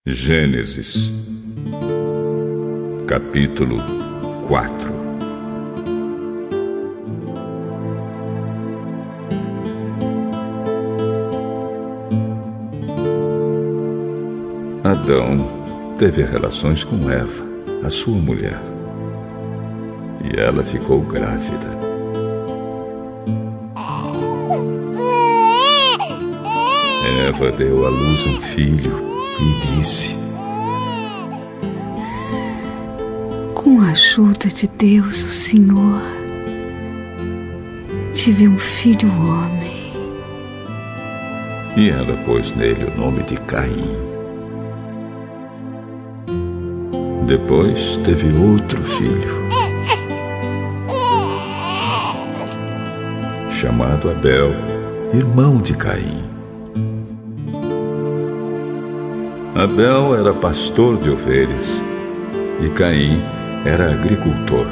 Gênesis, capítulo 4. Adão teve relações com Eva, a sua mulher, e ela ficou grávida. Eva deu à luz um filho e disse: com a ajuda de Deus, o Senhor, tive um filho homem. E ela pôs nele o nome de Caim. Depois teve outro filho, chamado Abel, irmão de Caim. Abel era pastor de ovelhas e Caim era agricultor.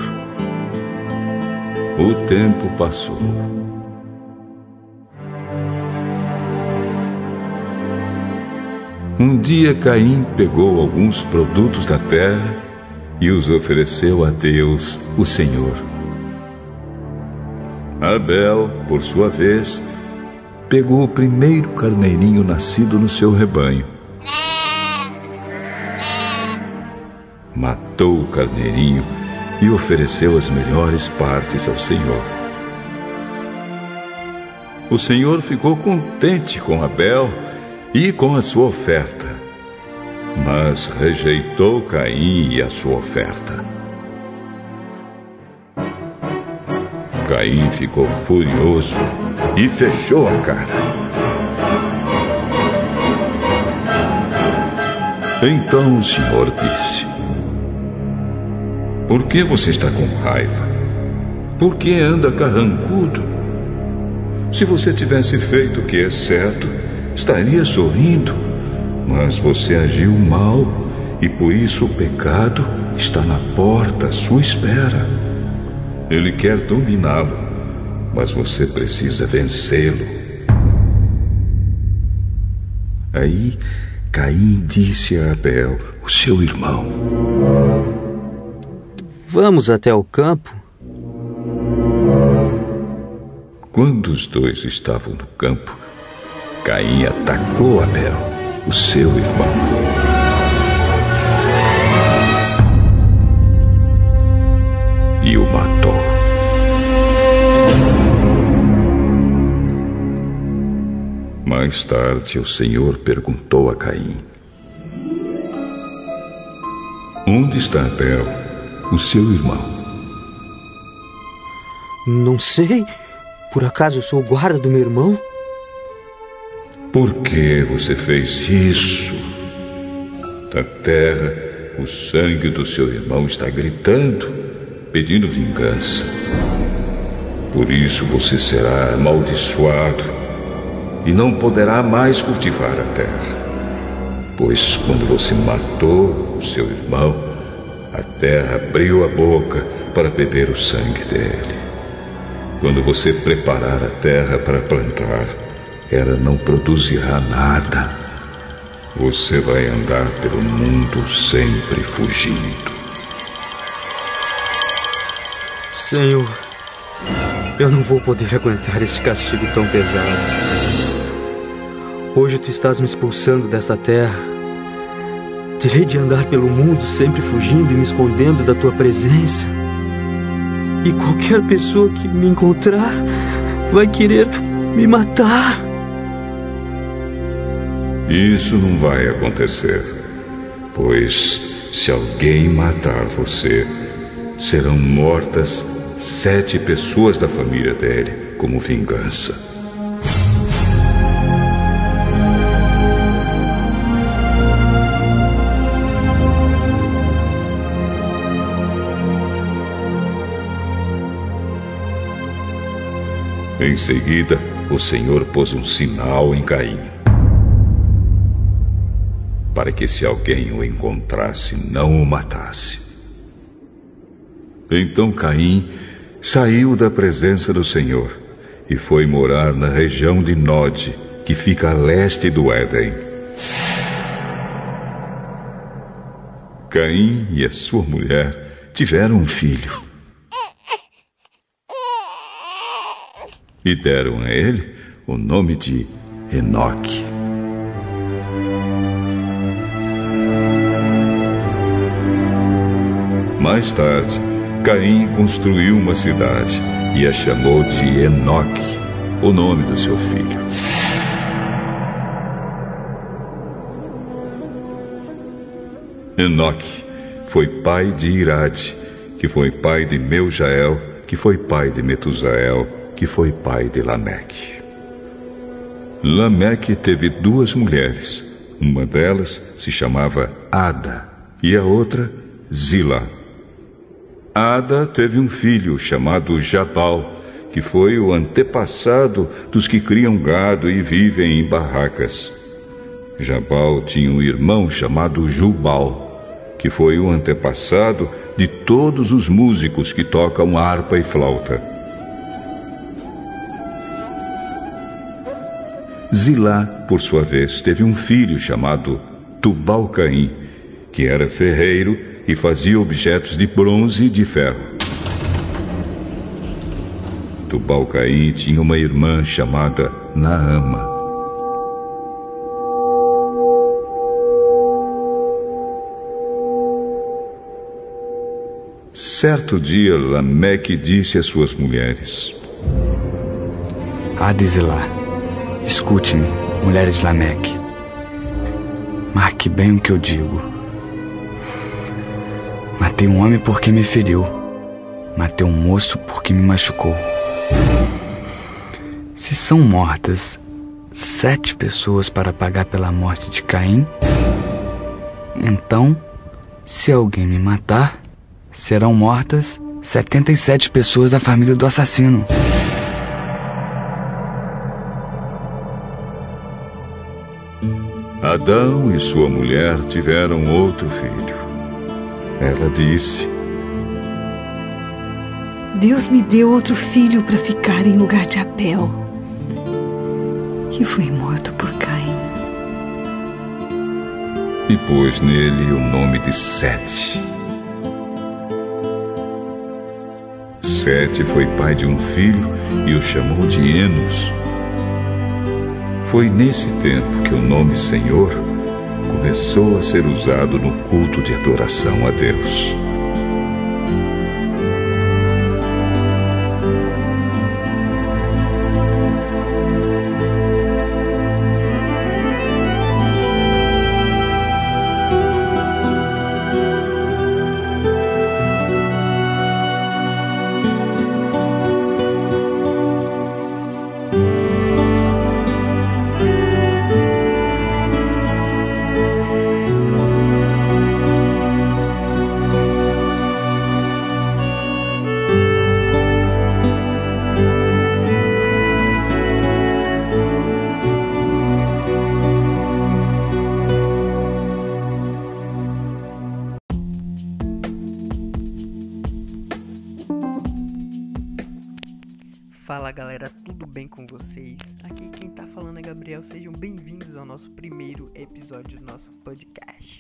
O tempo passou. Um dia Caim pegou alguns produtos da terra e os ofereceu a Deus, o Senhor. Abel, por sua vez, pegou o primeiro carneirinho nascido no seu rebanho. Matou o carneirinho e ofereceu as melhores partes ao Senhor. O Senhor ficou contente com Abel e com a sua oferta, mas rejeitou Caim e a sua oferta. Caim ficou furioso e fechou a cara. Então o Senhor disse: por que você está com raiva? Por que anda carrancudo? Se você tivesse feito o que é certo, estaria sorrindo. Mas você agiu mal e por isso o pecado está na porta à sua espera. Ele quer dominá-lo, mas você precisa vencê-lo. Aí Caim disse a Abel, o seu irmão: vamos até o campo? Quando os dois estavam no campo, Caim atacou Abel, o seu irmão. E o matou. Mais tarde, o Senhor perguntou a Caim: onde está Abel, o seu irmão? Não sei. Por acaso eu sou o guarda do meu irmão? Por que você fez isso? Da terra, o sangue do seu irmão está gritando, pedindo vingança. Por isso você será amaldiçoado e não poderá mais cultivar a terra. Pois quando você matou o seu irmão, a terra abriu a boca para beber o sangue dele. Quando você preparar a terra para plantar, ela não produzirá nada. Você vai andar pelo mundo sempre fugindo. Senhor, eu não vou poder aguentar esse castigo tão pesado. Hoje tu estás me expulsando dessa terra. Terei de andar pelo mundo sempre fugindo e me escondendo da tua presença. E qualquer pessoa que me encontrar vai querer me matar. Isso não vai acontecer, pois se alguém matar você, serão mortas 7 pessoas da família dele como vingança. Em seguida, o Senhor pôs um sinal em Caim, para que se alguém o encontrasse, não o matasse. Então Caim saiu da presença do Senhor e foi morar na região de Nod, que fica a leste do Éden. Caim e a sua mulher tiveram um filho e deram a ele o nome de Enoque. Mais tarde, Caim construiu uma cidade e a chamou de Enoque, o nome do seu filho. Enoque foi pai de Irade, que foi pai de Meujael, que foi pai de Metusael, que foi pai de Lameque. Lameque teve 2 mulheres. Uma delas se chamava Ada e a outra Zila. Ada teve um filho chamado Jabal, que foi o antepassado dos que criam gado e vivem em barracas. Jabal tinha um irmão chamado Jubal, que foi o antepassado de todos os músicos que tocam harpa e flauta. Zilá, por sua vez, teve um filho chamado Tubal-Caim, que era ferreiro e fazia objetos de bronze e de ferro. Tubal-Caim tinha uma irmã chamada Naama. Certo dia, Lameque disse às suas mulheres: Ada e Zilá, escute-me, mulheres de Lameque. Marque bem o que eu digo. Matei um homem porque me feriu. Matei um moço porque me machucou. Se são mortas 7 pessoas para pagar pela morte de Caim, então, se alguém me matar, serão mortas 77 pessoas da família do assassino. Adão e sua mulher tiveram outro filho. Ela disse: Deus me deu outro filho para ficar em lugar de Abel, que foi morto por Caim. E pôs nele o nome de Sete. Sete foi pai de um filho e o chamou de Enos. Foi nesse tempo que o nome Senhor começou a ser usado no culto de adoração a Deus. Fala galera, tudo bem com vocês? Aqui quem tá falando é Gabriel, sejam bem-vindos ao nosso primeiro episódio do nosso podcast.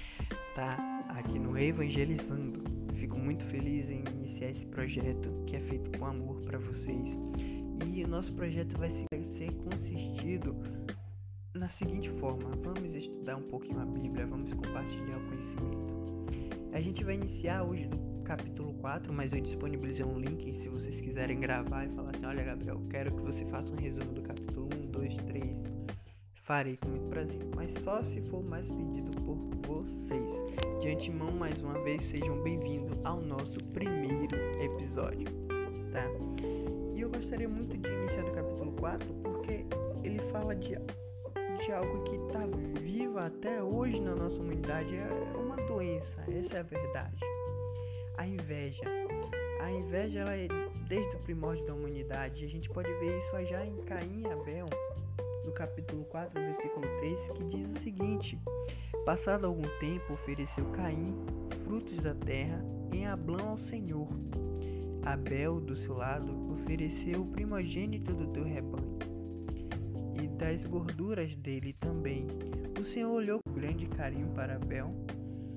Tá aqui no Evangelizando. Fico muito feliz em iniciar esse projeto que é feito com amor para vocês. E o nosso projeto vai ser consistido na seguinte forma: vamos estudar um pouquinho a Bíblia, vamos compartilhar o conhecimento. A gente vai iniciar hoje do capítulo 4, mas eu disponibilizei um link se vocês quiserem gravar e falar assim: olha Gabriel, quero que você faça um resumo do capítulo 1, 2, 3. Farei com muito prazer, mas só se for mais pedido por vocês. De antemão, mais uma vez, sejam bem-vindos ao nosso primeiro episódio, tá? E eu gostaria muito de iniciar do capítulo 4 porque ele fala de algo que está vivo até hoje na nossa humanidade. É uma doença, essa é a verdade. A inveja. A inveja, ela é desde o primórdio da humanidade. A gente pode ver isso já em Caim e Abel, no capítulo 4, versículo 3, que diz o seguinte: passado algum tempo, ofereceu Caim frutos da terra em ablão ao Senhor. Abel, do seu lado, ofereceu o primogênito do teu rebanho e das gorduras dele também. O Senhor olhou com grande carinho para Abel,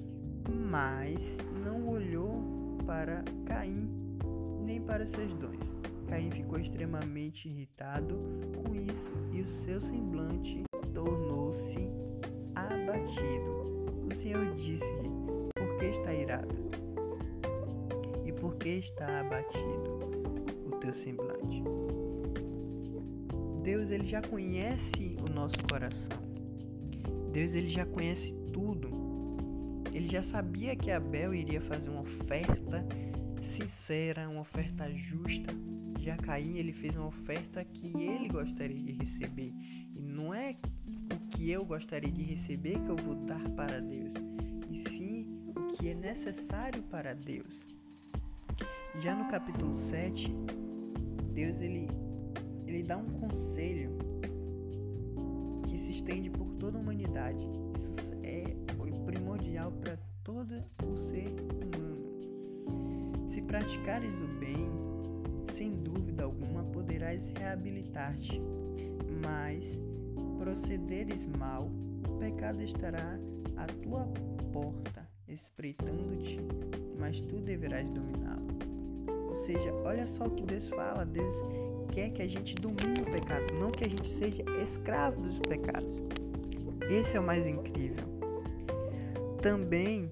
mas não olhou para Caim nem para seus dons. Caim ficou extremamente irritado com isso e o seu semblante tornou-se abatido. O Senhor disse-lhe: por que está irado? E por que está abatido o teu semblante? Deus, ele já conhece o nosso coração. Deus, ele já conhece tudo. Ele já sabia que Abel iria fazer uma oferta sincera, uma oferta justa. Já Caim, ele fez uma oferta que ele gostaria de receber. E não é o que eu gostaria de receber que eu vou dar para Deus, e sim o que é necessário para Deus. Já no capítulo 7, Deus ele dá um conselho que se estende por toda a humanidade. Isso é primordial para todo o ser humano. Se praticares o bem, sem dúvida alguma poderás reabilitar-te, mas procederes mal, o pecado estará à tua porta, espreitando-te, mas tu deverás dominá-lo. Ou seja, olha só o que Deus fala. Deus quer que a gente domine o pecado, não que a gente seja escravo dos pecados. Esse é o mais incrível. Também,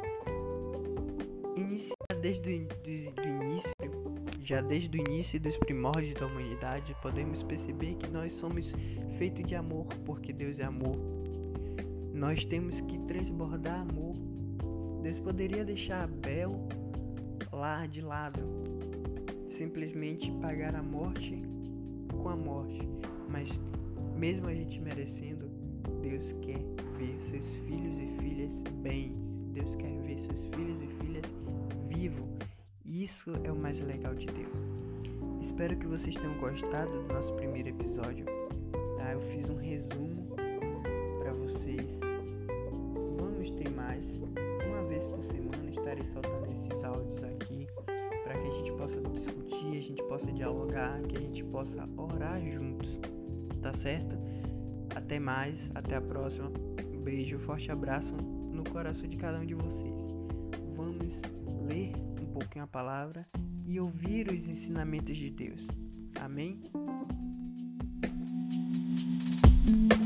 desde o início dos primórdios da humanidade, podemos perceber que nós somos feitos de amor, porque Deus é amor. Nós temos que transbordar amor. Deus poderia deixar Abel lá de lado, simplesmente pagar a morte com a morte, mas mesmo a gente merecendo, Deus quer ver seus filhos e filhas bem. Deus quer ver seus filhos e filhas vivos. Isso é o mais legal de Deus. Espero que vocês tenham gostado do nosso primeiro episódio, tá? Eu fiz um resumo para vocês. Vamos ter mais. Uma vez por semana estarei soltando esses áudios aqui para que a gente possa discutir, a gente possa dialogar, que a gente possa orar juntos, tá certo? Até mais, até a próxima. Um beijo, forte abraço no coração de cada um de vocês. Vamos ler um pouquinho a palavra e ouvir os ensinamentos de Deus. Amém?